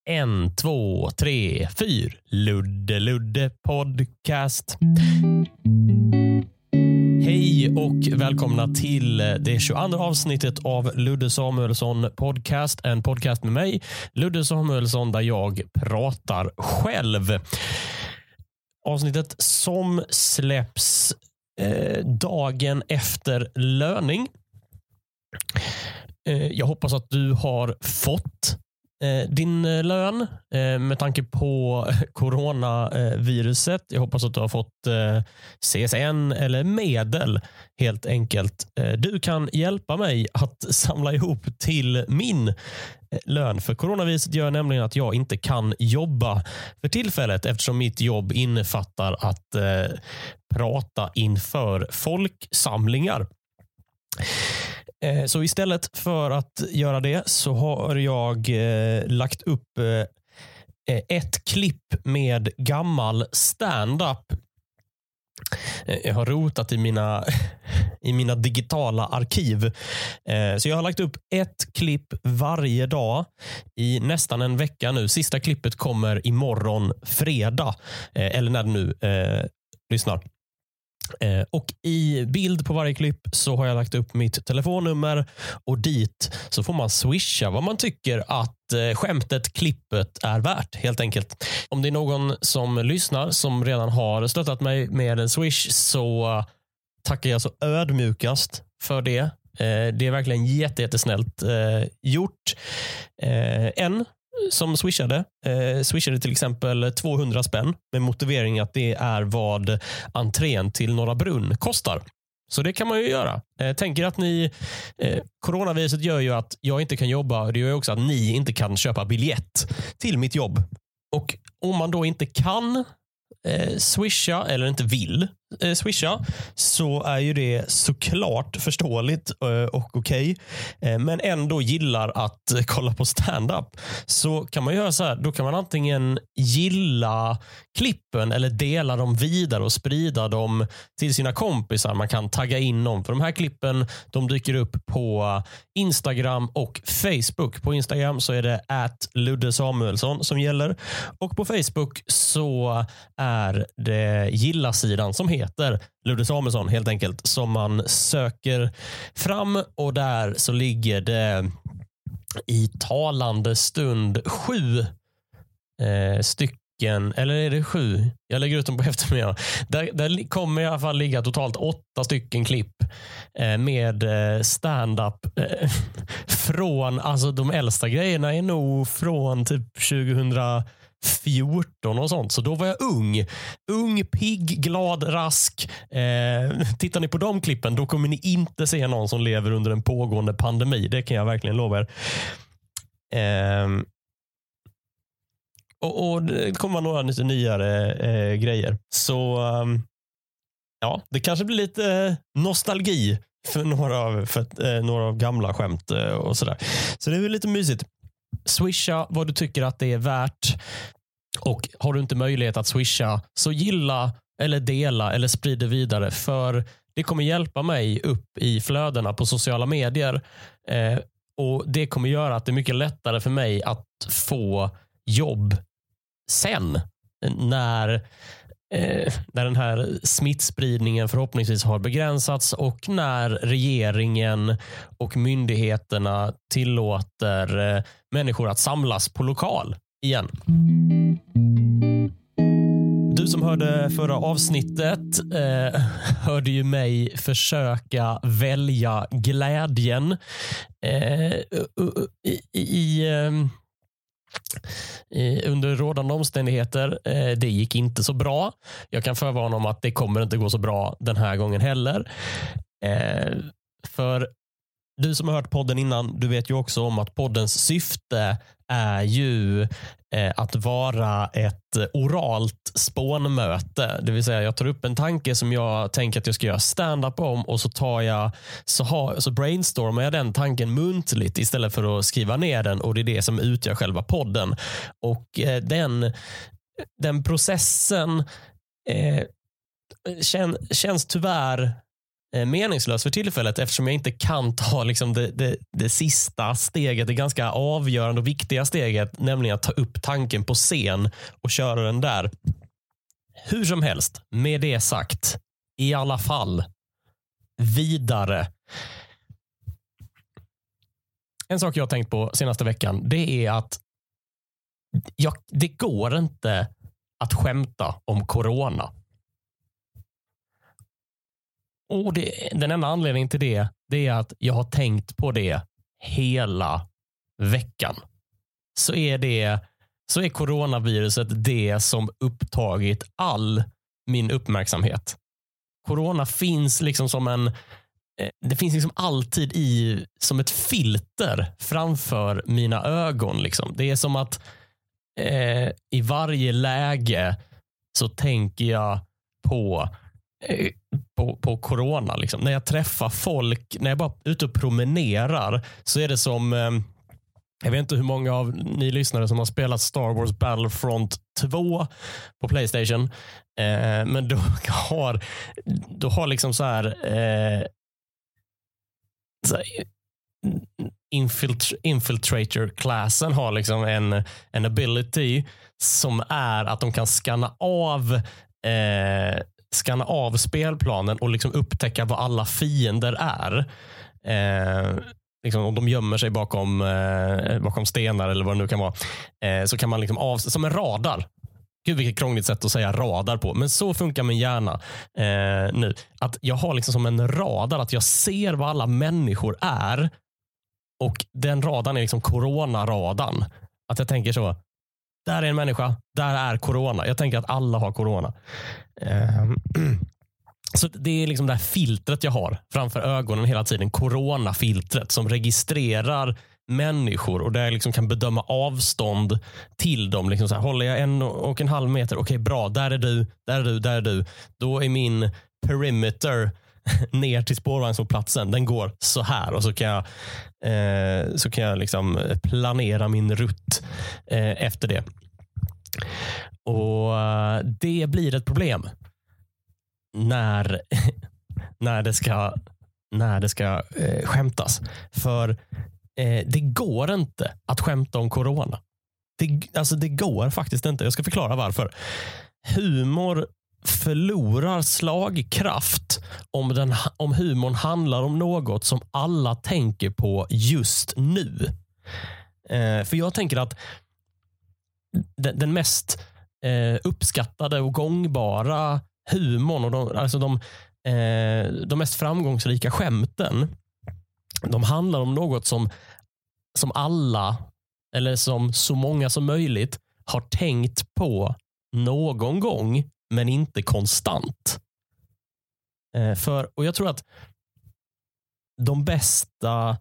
1, 2, 3, 4. Ludde podcast. Hej och välkomna till det 22 avsnittet av Ludde Samuelsson podcast. En podcast med mig, Ludde Samuelsson, där jag pratar själv. Avsnittet som släpps dagen efter löning. Jag hoppas att du har fått din lön med tanke på coronaviruset. Jag hoppas att du har fått CSN eller medel helt enkelt. Du kan hjälpa mig att samla ihop till min lön, för coronaviruset gör nämligen att jag inte kan jobba för tillfället, eftersom mitt jobb innefattar att prata inför folksamlingar. Så istället för att göra det så har jag lagt upp ett klipp med gammal stand-up. Jag har rotat i mina digitala arkiv. Så jag har lagt upp ett klipp varje dag i nästan en vecka nu. Sista klippet kommer imorgon fredag. Eller när du nu lyssnar. Och i bild på varje klipp så har jag lagt upp mitt telefonnummer, och dit så får man swisha vad man tycker att skämtet, klippet är värt, helt enkelt. Om det är någon som lyssnar som redan har stöttat mig med en swish, så tackar jag så ödmjukast för det. Det är verkligen jättesnällt gjort. En som swishade till exempel 200 spänn med motivering att det är vad entrén till Norra Brunn kostar. Så det kan man ju göra. Tänker att coronaviruset gör ju att jag inte kan jobba, och det gör ju också att ni inte kan köpa biljett till mitt jobb. Och om man då inte kan swisha eller inte vill swisha, så är ju det såklart förståeligt och okej. Men ändå gillar att kolla på stand-up, så kan man göra så här. Då kan man antingen gilla klippen eller dela dem vidare och sprida dem till sina kompisar. Man kan tagga in dem, för de här klippen, de dyker upp på Instagram och Facebook. På Instagram så är det @luddesamuelsson som gäller, och på Facebook så är det gilla-sidan som heter Ludde Samuelsson, helt enkelt, som man söker fram, och där så ligger det i talande stund 7 stycken, eller är det 7? Jag lägger ut dem på eftermiddagen. Där kommer i alla fall ligga totalt 8 stycken klipp med stand-up från, alltså de äldsta grejerna är nog från typ 2014 och sånt. Så då var jag ung, pigg, glad, rask. Tittar ni på de klippen, då kommer ni inte se någon som lever under en pågående pandemi. Det kan jag verkligen lova er. Och det kommer några lite nyare grejer. Så ja, det kanske blir lite nostalgi för några av gamla skämt och sådär. Så det är väl lite mysigt. Swisha vad du tycker att det är värt. Och har du inte möjlighet att swisha, så gilla eller dela eller sprid det vidare, för det kommer hjälpa mig upp i flödena på sociala medier. Och det kommer göra att det är mycket lättare för mig att få jobb sen, när den här smittspridningen förhoppningsvis har begränsats, och när regeringen och myndigheterna tillåter människor att samlas på lokal igen. Du som hörde förra avsnittet hörde ju mig försöka välja glädjen under rådande omständigheter. Det gick inte så bra. Jag kan förvarna om att det kommer inte gå så bra den här gången heller. För du som har hört podden innan, du vet ju också om att poddens syfte är ju att vara ett oralt spånmöte. Det vill säga, jag tar upp en tanke som jag tänker att jag ska göra stand-up om, och så brainstormar jag den tanken muntligt istället för att skriva ner den, och det är det som utgör själva podden. Och den processen känns tyvärr meningslös för tillfället eftersom jag inte kan ta liksom det sista steget, det ganska avgörande och viktiga steget, nämligen att ta upp tanken på scen och köra den där. Hur som helst, med det sagt, i alla fall vidare. En sak jag har tänkt på senaste veckan, det är att det går inte att skämta om corona. Och den enda anledningen till det är att jag har tänkt på det hela veckan. Så är coronaviruset det som upptagit all min uppmärksamhet. Corona finns liksom det finns liksom alltid som ett filter framför mina ögon. Liksom. Det är som att i varje läge så tänker jag på corona. Liksom. När jag träffar folk, när jag bara är ute och promenerar, så är det som jag vet inte hur många av ni lyssnare som har spelat Star Wars Battlefront 2 på PlayStation, men då har liksom så här Infiltrator-klassen har liksom en ability som är att de kan scanna av spelplanen och liksom upptäcka vad alla fiender är. Liksom, om de gömmer sig bakom stenar eller vad det nu kan vara, så kan man liksom som en radar. Gud, vilket krångligt sätt att säga radar på. Men så funkar min hjärna nu. Att jag har liksom som en radar, att jag ser vad alla människor är. Och den radarn är liksom coronaradarn. Att jag tänker så, där är en människa, där är corona. Jag tänker att alla har corona. Så det är liksom det här filtret jag har framför ögonen hela tiden. Coronafiltret som registrerar människor och där jag liksom kan bedöma avstånd till dem. Liksom så här, håller jag 1,5 meter? Okej, bra. Där är du, där är du, där är du. Då är min perimeter ner till spårvagnsplatsen. Den går så här och så kan jag liksom planera min rutt efter det. Och det blir ett problem när det ska skämtas. För det går inte att skämta om corona. Det går faktiskt inte. Jag ska förklara varför. Humor förlorar slagkraft om humorn handlar om något som alla tänker på just nu. För jag tänker att den mest uppskattade och gångbara humorn och de mest framgångsrika skämten, de handlar om något som alla, eller som så många som möjligt, har tänkt på någon gång men inte konstant. Och jag tror att de bästa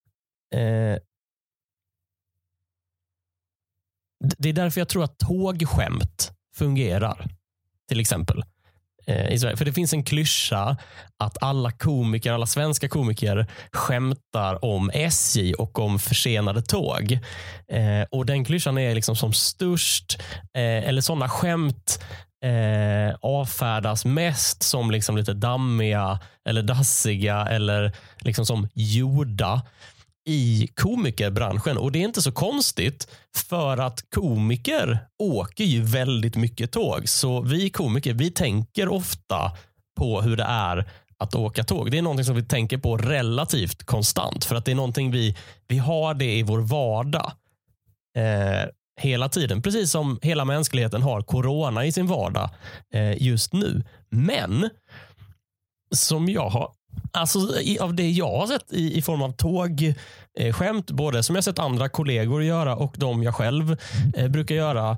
det är därför jag tror att tågskämt fungerar till exempel i Sverige. För det finns en klyscha att alla svenska komiker skämtar om SJ och om försenade tåg. Och den klyschan är liksom som störst, eller sådana skämt avfärdas mest som liksom lite dammiga eller dassiga eller liksom som gjorda i komikerbranschen. Och det är inte så konstigt, för att komiker åker ju väldigt mycket tåg. Så vi komiker, vi tänker ofta på hur det är att åka tåg. Det är någonting som vi tänker på relativt konstant, för att det är någonting vi har det i vår vardag hela tiden. Precis som hela mänskligheten har corona i sin vardag just nu. Men som jag har, alltså av det jag har sett i form av tågskämt, både som jag sett andra kollegor göra och de jag själv brukar göra,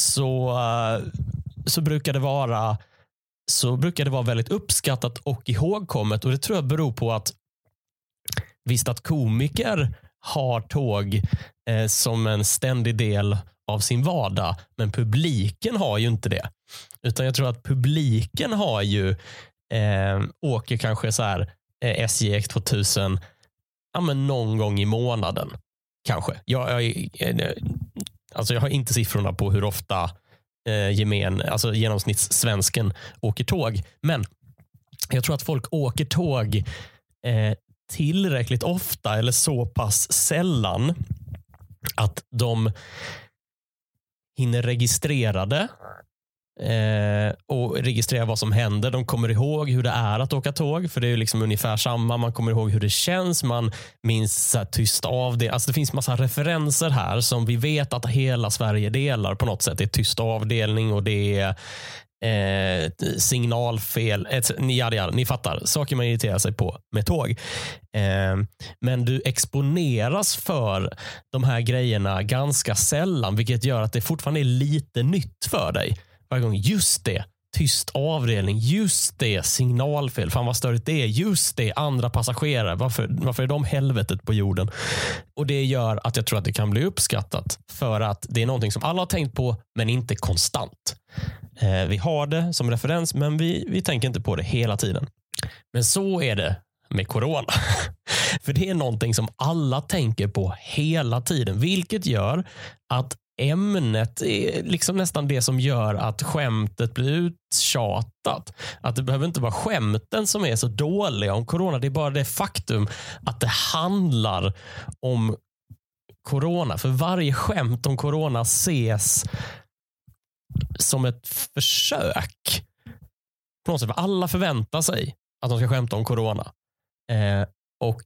så brukar det vara väldigt uppskattat och ihågkommet. Och det tror jag beror på att visst att komiker har tåg som en ständig del av sin vardag, men publiken har ju inte det. Utan jag tror att publiken har ju åker kanske så här SJ X2000 men någon gång i månaden kanske. Jag har inte siffrorna på hur ofta genomsnittssvensken åker tåg, men Jag tror att folk åker tåg tillräckligt ofta eller så pass sällan att de hinner registrera det och registrera vad som händer. De kommer ihåg hur det är att åka tåg, för det är ju liksom ungefär samma. Man kommer ihåg hur det känns, man minns så här tyst av det. Alltså det finns massa referenser här som vi vet att hela Sverige delar på något sätt. Det är tyst avdelning och det är signalfel. Ni fattar, saker man irriterar sig på med tåg. Men du exponeras för de här grejerna ganska sällan, vilket gör att det fortfarande är lite nytt för dig. Varje gång, just det, tyst avdelning, just det, signalfel, fan vad störigt det är, just det, andra passagerare, varför är de helvetet på jorden? Och det gör att jag tror att det kan bli uppskattat, för att det är någonting som alla har tänkt på men inte konstant. Vi har det som referens, men vi tänker inte på det hela tiden. Men så är det med corona. För det är någonting som alla tänker på hela tiden, vilket gör att ämnet är liksom nästan det som gör att skämtet blir uttjatat. Att det behöver inte vara skämten som är så dåliga om corona. Det är bara det faktum att det handlar om corona. För varje skämt om corona ses som ett försök. På något sätt, för alla förväntar sig att de ska skämta om corona. Och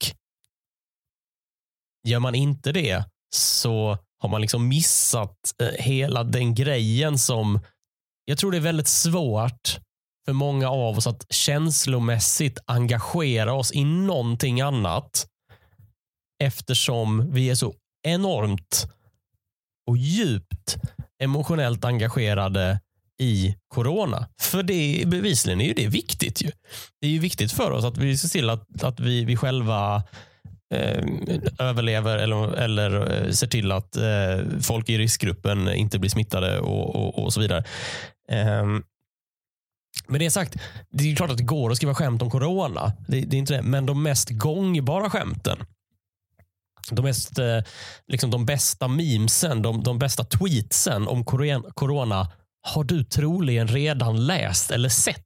gör man inte det så har man liksom missat hela den grejen som jag tror det är väldigt svårt för många av oss att känslomässigt engagera oss i någonting annat, eftersom vi är så enormt och djupt emotionellt engagerade i corona. För det bevisligen är ju det viktigt ju. Det är ju viktigt för oss att vi ser till att vi själva överlever eller ser till att folk i riskgruppen inte blir smittade och så vidare. Men det är sagt, det är klart att det går att skriva skämt om corona. Det är inte det. Men de mest gångbara skämten, de bästa memesen, de bästa tweetsen om corona har du troligen redan läst eller sett.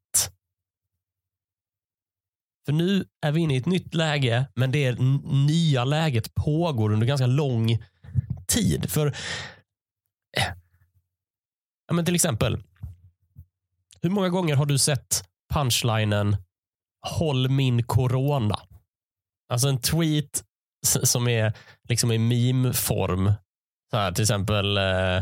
För nu är vi inne i ett nytt läge, men det nya läget pågår under ganska lång tid. För men till exempel, hur många gånger har du sett punchlinen "håll min corona"? Alltså en tweet som är liksom i meme-form. Så här, till exempel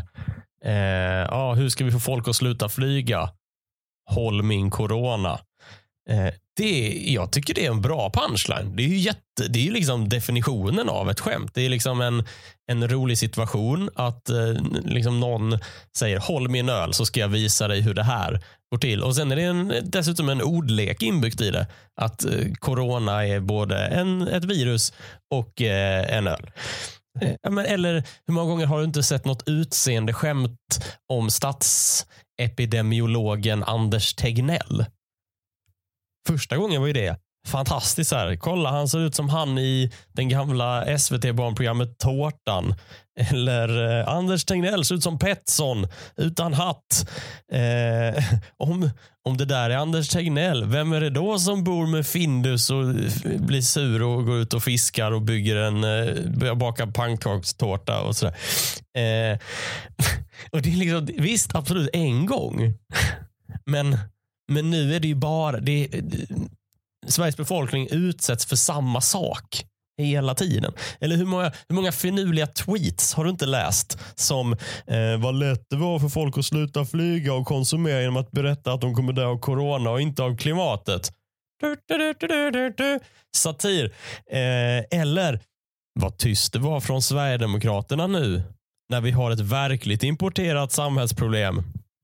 hur ska vi få folk att sluta flyga? Håll min corona. Jag tycker det är en bra punchline. Det är ju liksom definitionen av ett skämt. Det är liksom en rolig situation att liksom någon säger håll min öl så ska jag visa dig hur det här går till. Och sen är det dessutom en ordlek inbyggt i det. Att corona är både ett virus och en öl. Eller hur många gånger har du inte sett något utseende skämt om statsepidemiologen Anders Tegnell? Första gången var ju det fantastiskt här. Kolla, han ser ut som han i den gamla SVT-barnprogrammet Tårtan. Eller Anders Tegnell ser ut som Pettersson utan hatt. Om det där är Anders Tegnell, vem är det då som bor med Findus och blir sur och går ut och fiskar och börjar baka pannkakstårta och sådär. Och det är liksom, visst, absolut en gång. Men nu är det ju bara Sveriges befolkning utsätts för samma sak hela tiden. Eller hur många finurliga tweets har du inte läst som vad lätt det var för folk att sluta flyga och konsumera genom att berätta att de kommer dö av corona och inte av klimatet. Satir. Eller vad tyst det var från Sverigedemokraterna nu när vi har ett verkligt importerat samhällsproblem.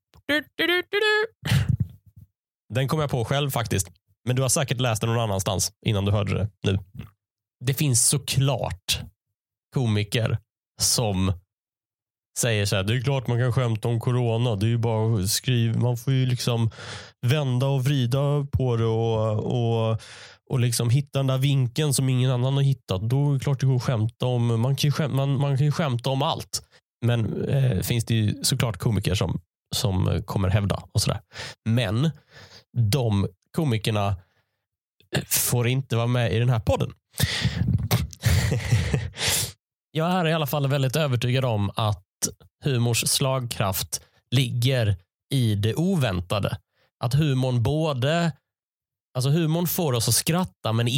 Den kom jag på själv faktiskt. Men du har säkert läst den någon annanstans innan du hörde det nu. Det finns såklart komiker som säger så här: det är klart man kan skämta om corona. Det är ju bara att skriva. Man får ju liksom vända och vrida på det och liksom hitta den där vinkeln som ingen annan har hittat. Då är det klart det går att skämta om. Man kan ju skämta om allt. Men finns det ju såklart komiker som kommer hävda och sådär. Men de komikerna får inte vara med i den här podden. Jag är i alla fall väldigt övertygad om att humors slagkraft ligger i det oväntade. Att humorn humorn får oss att skratta, men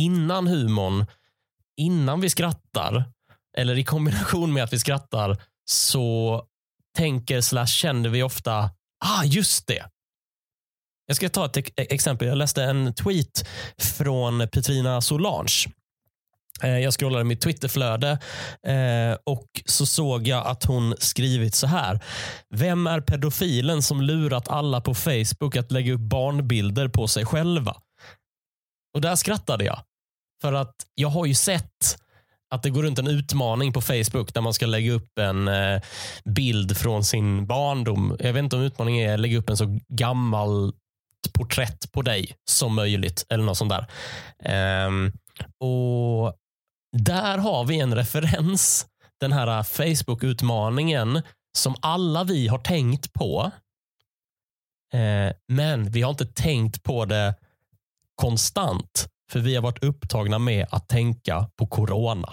innan vi skrattar, eller i kombination med att vi skrattar, så känner vi ofta, just det. Jag ska ta ett exempel. Jag läste en tweet från Petrina Solange. Jag scrollade mitt Twitterflöde och så såg jag att hon skrivit så här: vem är pedofilen som lurat alla på Facebook att lägga upp barnbilder på sig själva? Och där skrattade jag. För att jag har ju sett att det går runt en utmaning på Facebook där man ska lägga upp en bild från sin barndom. Jag vet inte om utmaningen är att lägga upp en så gammal porträtt på dig som möjligt eller något sånt där. Och där har vi en referens, den här Facebook-utmaningen som alla vi har tänkt på, men vi har inte tänkt på det konstant, för vi har varit upptagna med att tänka på corona.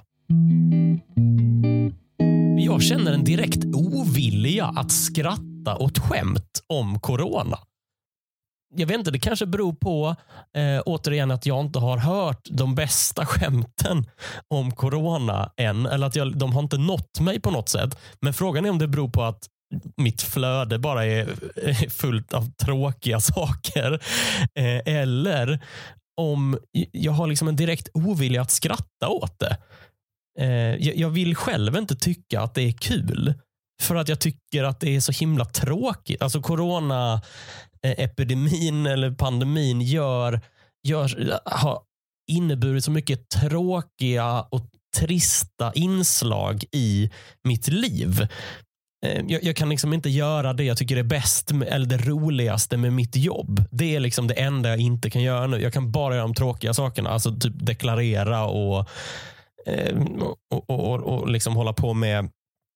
Jag känner en direkt ovilja att skratta åt skämt om corona. Jag vet inte, det kanske beror på återigen att jag inte har hört de bästa skämten om corona än, eller att de har inte nått mig på något sätt. Men frågan är om det beror på att mitt flöde bara är fullt av tråkiga saker, eller om jag har liksom en direkt ovilja att skratta åt det. Jag vill själv inte tycka att det är kul, för att jag tycker att det är så himla tråkigt. Alltså corona-epidemin eller pandemin har inneburit så mycket tråkiga och trista inslag i mitt liv. Jag kan liksom inte göra det jag tycker är bäst eller det roligaste med mitt jobb. Det är liksom det enda jag inte kan göra nu. Jag kan bara göra de tråkiga sakerna, alltså typ deklarera och liksom hålla på med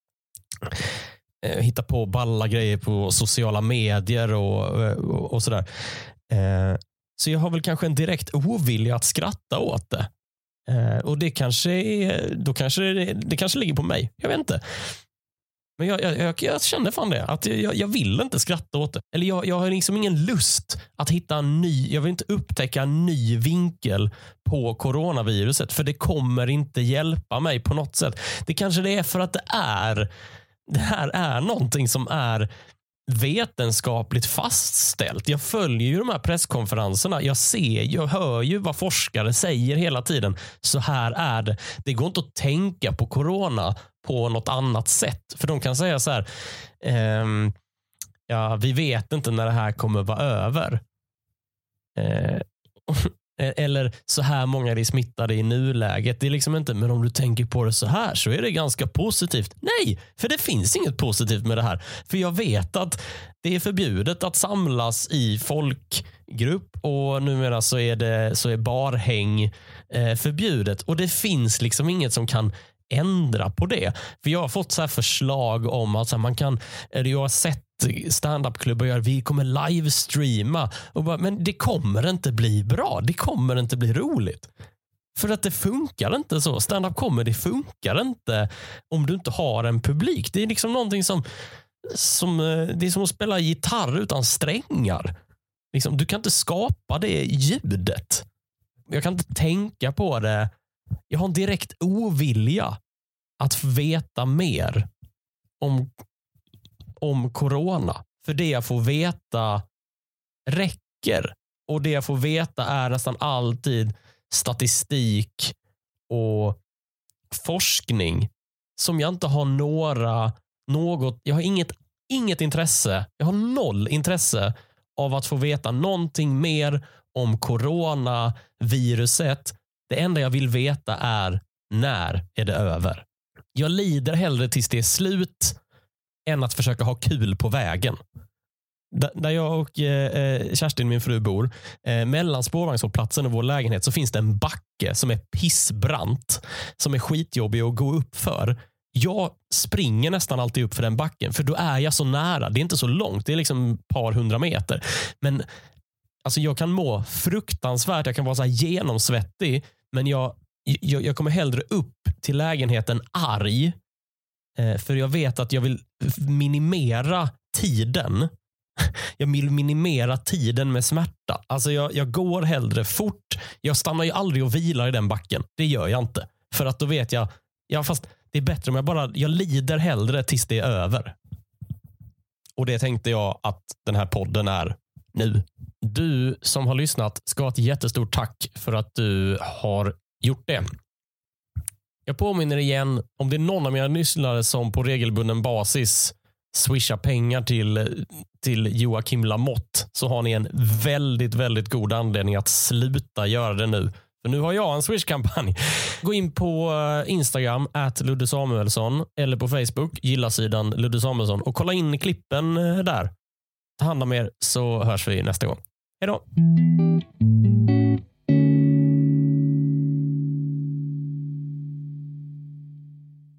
hitta på balla grejer på sociala medier och sådär. Så jag har väl kanske en direkt ovilja att skratta åt det. Och det kanske ligger på mig. Jag vet inte. Men jag kände fan det. Att jag vill inte skratta åt det. Eller jag har liksom ingen lust att hitta jag vill inte upptäcka en ny vinkel på coronaviruset. För det kommer inte hjälpa mig på något sätt. Det kanske det är för att det här är någonting som är vetenskapligt fastställt. Jag följer ju de här presskonferenserna. Jag hör ju vad forskare säger hela tiden. Så här är det. Det går inte att tänka på corona på något annat sätt. För de kan säga så här, vi vet inte när det här kommer vara över. Eller så här många är smittade i nuläget. Det är liksom inte, men om du tänker på det så här så är det ganska positivt. Nej, för det finns inget positivt med det här. För jag vet att det är förbjudet att samlas i folkgrupp, och numera så är barhäng förbjudet. Och det finns liksom inget som kan ändra på det. För jag har fått så här förslag om att man kan, jag har sett stand-up-klubbar gör, vi kommer livestreama, och bara, men det kommer inte bli bra, det kommer inte bli roligt, för att det funkar inte så. Stand-up comedy funkar inte om du inte har en publik. Det är liksom någonting som det är som att spela gitarr utan strängar. Liksom, du kan inte skapa det ljudet. Jag kan inte tänka på det. Jag har en direkt ovilja att veta mer om corona. För det jag får veta räcker. Och det jag får veta är nästan alltid statistik och forskning som jag inte har jag har inget intresse. Jag har noll intresse av att få veta någonting mer om coronaviruset. Det enda jag vill veta är, när är det över? Jag lider hellre tills det är slut än att försöka ha kul på vägen. Där jag och Kerstin, min fru, bor, mellan spårvagnshållplatsen och vår lägenhet så finns det en backe som är pissbrant, som är skitjobbig att gå upp för. Jag springer nästan alltid upp för den backen, för då är jag så nära. Det är inte så långt, det är liksom ett par 100 meter. Men alltså jag kan må fruktansvärt, jag kan vara så här genomsvettig, men jag kommer hellre upp till lägenheten arg, för jag vet att jag vill minimera tiden. Jag vill minimera tiden med smärta. Alltså jag går hellre fort. Jag stannar ju aldrig och vilar i den backen. Det gör jag inte. För att då vet jag, fast det är bättre om jag lider hellre tills det är över. Och det tänkte jag att den här podden är nu. Du som har lyssnat ska ha ett jättestort tack för att du har gjort det. Jag påminner igen, om det är någon av mina lyssnare som på regelbunden basis swishar pengar till Joakim Lamotte, så har ni en väldigt, väldigt god anledning att sluta göra det nu. För nu har jag en Swish-kampanj. Gå in på Instagram @LuddeSamuelsson eller på Facebook, gilla sidan Ludde Samuelsson och kolla in klippen där. Ta hand om er, så hörs vi nästa gång. Hej då!